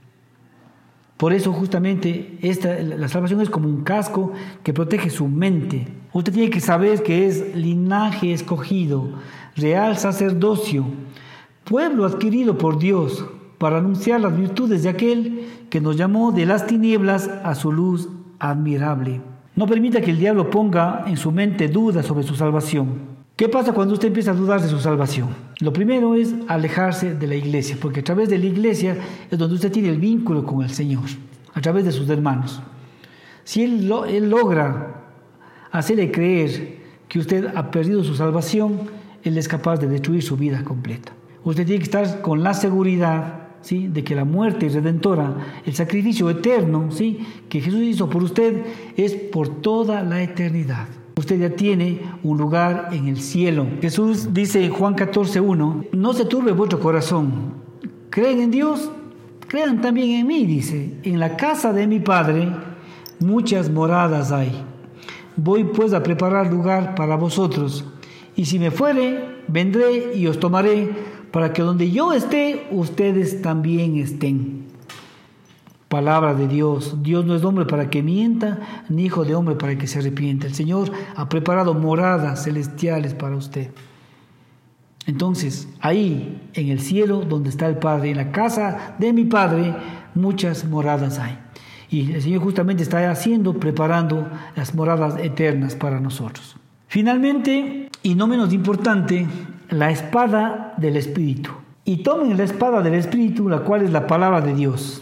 Por eso justamente la salvación es como un casco que protege su mente. Usted tiene que saber que es linaje escogido, real sacerdocio, pueblo adquirido por Dios para anunciar las virtudes de aquel que nos llamó de las tinieblas a su luz admirable. No permita que el diablo ponga en su mente dudas sobre su salvación. ¿Qué pasa cuando usted empieza a dudar de su salvación? Lo primero es alejarse de la iglesia, porque a través de la iglesia es donde usted tiene el vínculo con el Señor, a través de sus hermanos. Si él logra hacerle creer que usted ha perdido su salvación, él es capaz de destruir su vida completa. Usted tiene que estar con la seguridad, ¿sí?, de que la muerte redentora, el sacrificio eterno, ¿sí?, que Jesús hizo por usted, es por toda la eternidad. Usted ya tiene un lugar en el cielo. Jesús dice en Juan 14:1, no se turbe vuestro corazón. ¿Creen en Dios? Crean también en mí, dice. En la casa de mi Padre muchas moradas hay. Voy pues a preparar lugar para vosotros. Y si me fuere, vendré y os tomaré, para que donde yo esté, ustedes también estén. Palabra de Dios. Dios no es hombre para que mienta, ni hijo de hombre para que se arrepienta. El Señor ha preparado moradas celestiales para usted. Entonces, ahí, en el cielo, donde está el Padre, en la casa de mi Padre, muchas moradas hay. Y el Señor justamente está preparando las moradas eternas para nosotros. Finalmente, y no menos importante, la espada del Espíritu. Y tomen la espada del Espíritu, la cual es la palabra de Dios.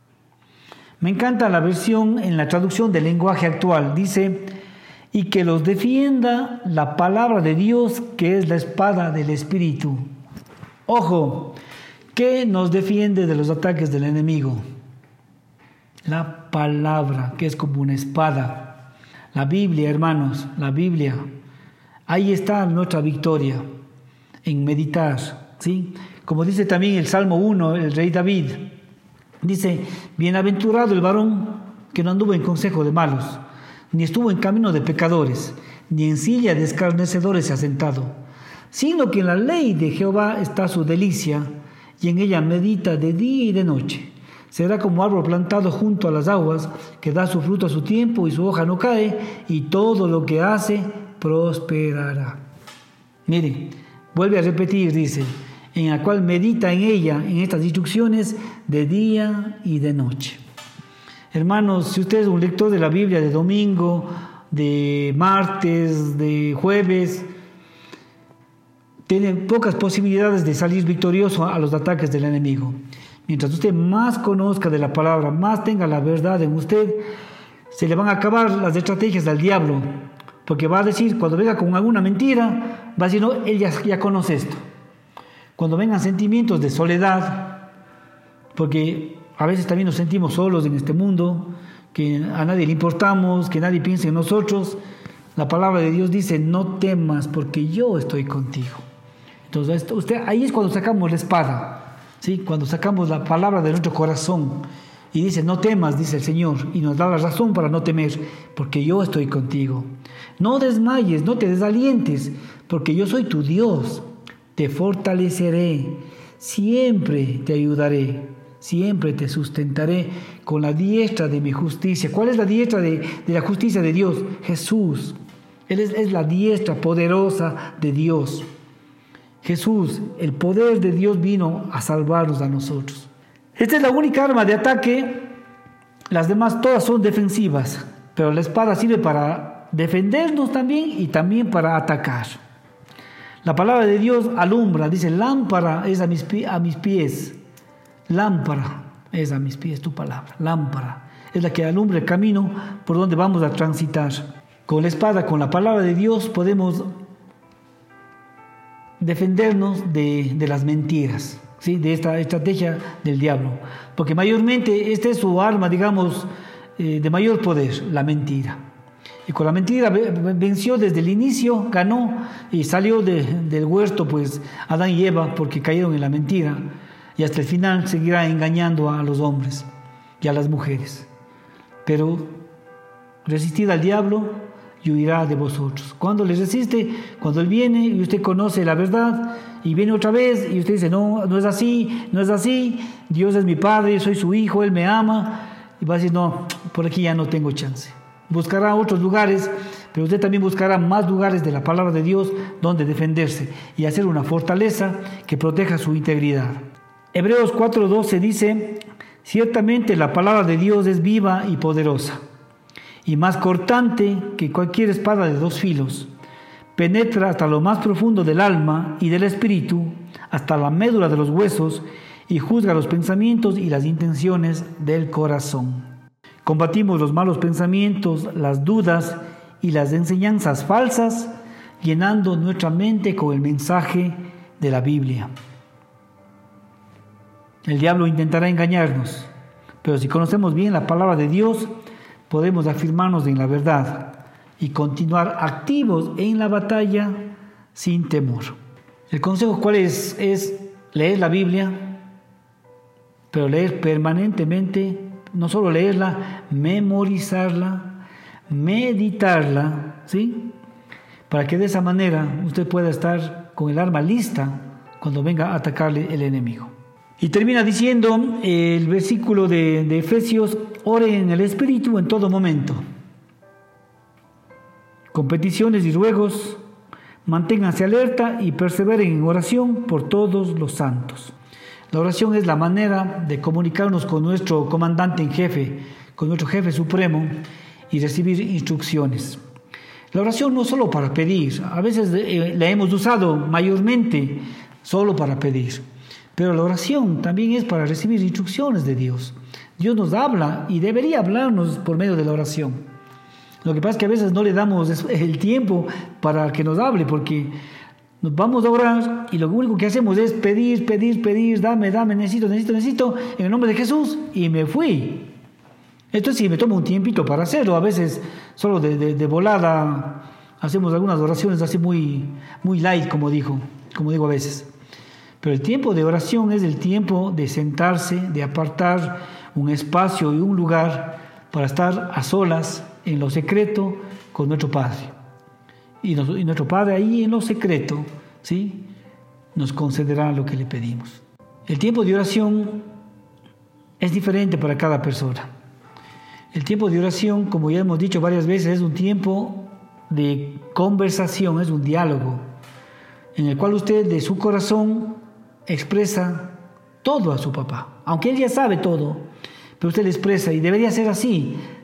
Me encanta la versión en la traducción del lenguaje actual. Dice, y que los defienda la palabra de Dios, que es la espada del Espíritu. Ojo, ¿qué nos defiende de los ataques del enemigo? La palabra, que es como una espada. La Biblia, hermanos, la Biblia. Ahí está nuestra victoria, en meditar, ¿sí? Como dice también el Salmo 1, el rey David. Dice, bienaventurado el varón que no anduvo en consejo de malos, ni estuvo en camino de pecadores, ni en silla de escarnecedores se ha sentado, sino que en la ley de Jehová está su delicia, y en ella medita de día y de noche. Será como árbol plantado junto a las aguas, que da su fruto a su tiempo y su hoja no cae, y todo lo que hace prosperará. Miren, vuelve a repetir, dice, en la cual medita en ella, en estas instrucciones, de día y de noche. Hermanos, si usted es un lector de la Biblia de domingo, de martes, de jueves, tiene pocas posibilidades de salir victorioso a los ataques del enemigo. Mientras usted más conozca de la palabra, más tenga la verdad en usted, se le van a acabar las estrategias del diablo, porque va a decir, cuando venga con alguna mentira, va a decir, no, él ya conoce esto. Cuando vengan sentimientos de soledad, porque a veces también nos sentimos solos en este mundo, que a nadie le importamos, que nadie piensa en nosotros, la palabra de Dios dice, no temas porque yo estoy contigo. Entonces ahí es cuando sacamos la espada, ¿sí? Cuando sacamos la palabra de nuestro corazón y dice, no temas, dice el Señor, y nos da la razón para no temer, porque yo estoy contigo. No desmayes, no te desalientes, porque yo soy tu Dios, te fortaleceré, siempre te ayudaré, siempre te sustentaré con la diestra de mi justicia. ¿Cuál es la diestra de la justicia de Dios? Jesús. Él es la diestra poderosa de Dios. Jesús, el poder de Dios vino a salvarnos a nosotros. Esta es la única arma de ataque. Las demás todas son defensivas, pero la espada sirve para defendernos también y también para atacar. La palabra de Dios alumbra, dice, lámpara es a mis pies. Lámpara es a mis pies tu palabra. Lámpara es la que alumbra el camino por donde vamos a transitar. Con la espada, con la palabra de Dios, podemos defendernos de las mentiras, ¿sí? De esta estrategia del diablo, porque mayormente esta es su arma, digamos, de mayor poder, la mentira. Y con la mentira venció desde el inicio, ganó y salió del huerto, pues Adán y Eva, porque cayeron en la mentira, y hasta el final seguirá engañando a los hombres y a las mujeres. Pero resistid al diablo y huirá de vosotros. Cuando le resiste, cuando él viene y usted conoce la verdad y viene otra vez y usted dice, no es así, no es así, Dios es mi Padre, soy su hijo, Él me ama, y va a decir, no, por aquí ya no tengo chance. Buscará otros lugares, pero usted también buscará más lugares de la palabra de Dios donde defenderse y hacer una fortaleza que proteja su integridad. Hebreos 4:12 dice, ciertamente la palabra de Dios es viva y poderosa, y más cortante que cualquier espada de dos filos. Penetra hasta lo más profundo del alma y del espíritu, hasta la médula de los huesos, y juzga los pensamientos y las intenciones del corazón. Combatimos los malos pensamientos, las dudas y las enseñanzas falsas, llenando nuestra mente con el mensaje de la Biblia. El diablo intentará engañarnos, pero si conocemos bien la palabra de Dios, podemos afirmarnos en la verdad y continuar activos en la batalla sin temor. El consejo, ¿cuál es? Es leer la Biblia, pero leer permanentemente, no solo leerla, memorizarla, meditarla, ¿sí? Para que de esa manera usted pueda estar con el arma lista cuando venga a atacarle el enemigo. Y termina diciendo el versículo de Efesios, oren en el Espíritu en todo momento. Con peticiones y ruegos, manténganse alerta y perseveren en oración por todos los santos. La oración es la manera de comunicarnos con nuestro comandante en jefe, con nuestro jefe supremo y recibir instrucciones. La oración no es solo para pedir, a veces la hemos usado mayormente solo para pedir. Pero la oración también es para recibir instrucciones de Dios. Dios nos habla y debería hablarnos por medio de la oración. Lo que pasa es que a veces no le damos el tiempo para que nos hable, porque nos vamos a orar y lo único que hacemos es pedir, dame, necesito, en el nombre de Jesús, y me fui. Esto sí, me toma un tiempito para hacerlo. A veces solo de volada hacemos algunas oraciones así muy light, como digo a veces. Pero el tiempo de oración es el tiempo de sentarse, de apartar un espacio y un lugar para estar a solas en lo secreto con nuestro Padre. Y nuestro Padre ahí en lo secreto, ¿sí?, nos concederá lo que le pedimos. El tiempo de oración es diferente para cada persona. El tiempo de oración, como ya hemos dicho varias veces, es un tiempo de conversación, es un diálogo, en el cual usted de su corazón expresa todo a su papá, aunque él ya sabe todo, pero usted le expresa, y debería ser así.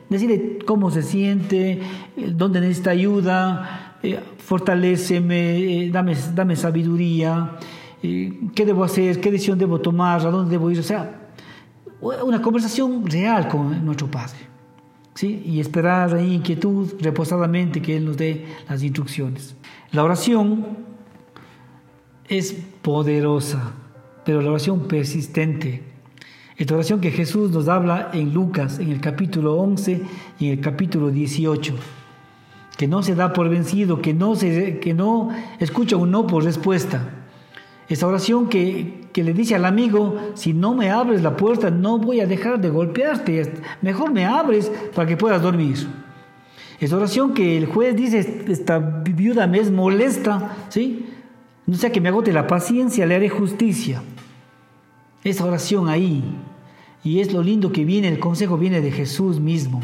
decirle cómo se siente, dónde necesita ayuda, fortaléceme, dame sabiduría, qué debo hacer, qué decisión debo tomar, a dónde debo ir. O sea, una conversación real con nuestro Padre, ¿sí? Y esperar ahí inquietud, reposadamente, que Él nos dé las instrucciones. La oración es poderosa, pero la oración persistente. Esta oración que Jesús nos habla en Lucas, en el capítulo 11 y en el capítulo 18, que no se da por vencido, que no escucha un no por respuesta. Esa oración que le dice al amigo: si no me abres la puerta, no voy a dejar de golpearte, mejor me abres para que puedas dormir. Esa oración que el juez dice: esta viuda me es molesta, ¿sí? No sea que me agote la paciencia, le haré justicia. Esa oración ahí, y es lo lindo que viene, el consejo viene de Jesús mismo.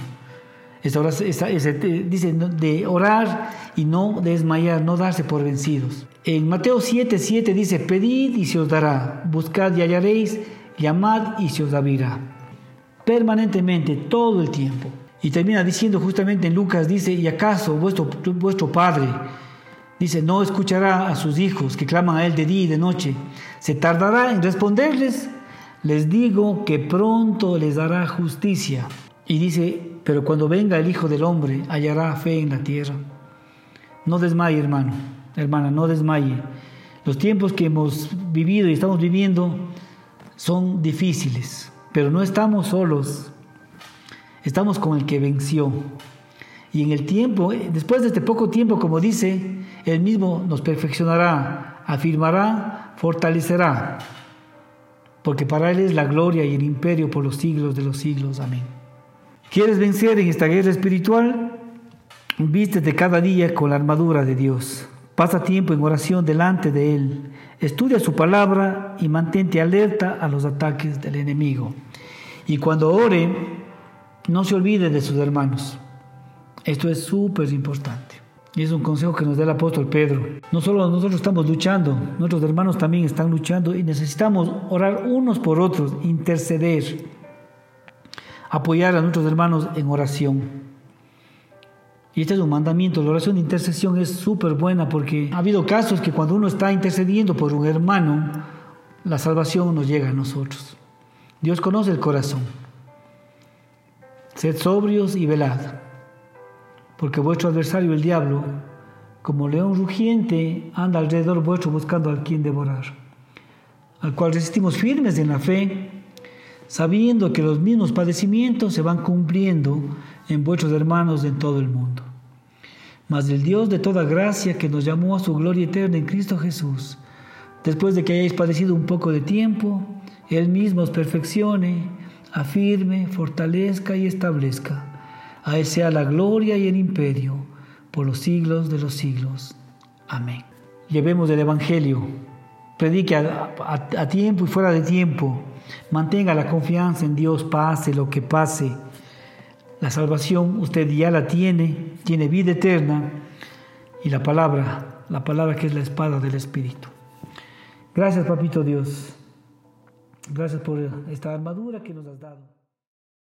Dice de orar y no desmayar, no darse por vencidos. En Mateo 7:7 dice: pedid y se os dará, buscad y hallaréis, llamad y se os abrirá. Permanentemente, todo el tiempo. Y termina diciendo justamente en Lucas, dice: ¿y acaso vuestro Padre, dice, no escuchará a sus hijos que claman a Él de día y de noche? ¿Se tardará en responderles? Les digo que pronto les dará justicia. Y dice: pero cuando venga el Hijo del Hombre, hallará fe en la tierra. No desmaye, hermana, no desmaye. Los tiempos que hemos vivido y estamos viviendo son difíciles, pero no estamos solos. Estamos con el que venció. Y en el tiempo, después de este poco tiempo, como dice, Él mismo nos perfeccionará, afirmará, fortalecerá, porque para Él es la gloria y el imperio por los siglos de los siglos. Amén. ¿Quieres vencer en esta guerra espiritual? Vístete cada día con la armadura de Dios. Pasa tiempo en oración delante de Él. Estudia su palabra y mantente alerta a los ataques del enemigo. Y cuando ore, no se olvide de sus hermanos. Esto es súper importante. Y es un consejo que nos da el apóstol Pedro. No solo nosotros estamos luchando, nuestros hermanos también están luchando y necesitamos orar unos por otros, interceder, apoyar a nuestros hermanos en oración. Y este es un mandamiento. La oración de intercesión es súper buena, porque ha habido casos que cuando uno está intercediendo por un hermano, la salvación nos llega a nosotros. Dios conoce el corazón. Sed sobrios y velad, porque vuestro adversario, el diablo, como león rugiente, anda alrededor vuestro buscando a quien devorar, al cual resistimos firmes en la fe, sabiendo que los mismos padecimientos se van cumpliendo en vuestros hermanos en todo el mundo. Mas el Dios de toda gracia, que nos llamó a su gloria eterna en Cristo Jesús, después de que hayáis padecido un poco de tiempo, Él mismo os perfeccione, afirme, fortalezca y establezca. A Él sea la gloria y el imperio por los siglos de los siglos. Amén. Llevemos el Evangelio. Predique a tiempo y fuera de tiempo. Mantenga la confianza en Dios, pase lo que pase. La salvación usted ya la tiene vida eterna, y la palabra que es la espada del Espíritu. Gracias, Papito Dios. Gracias por esta armadura que nos has dado.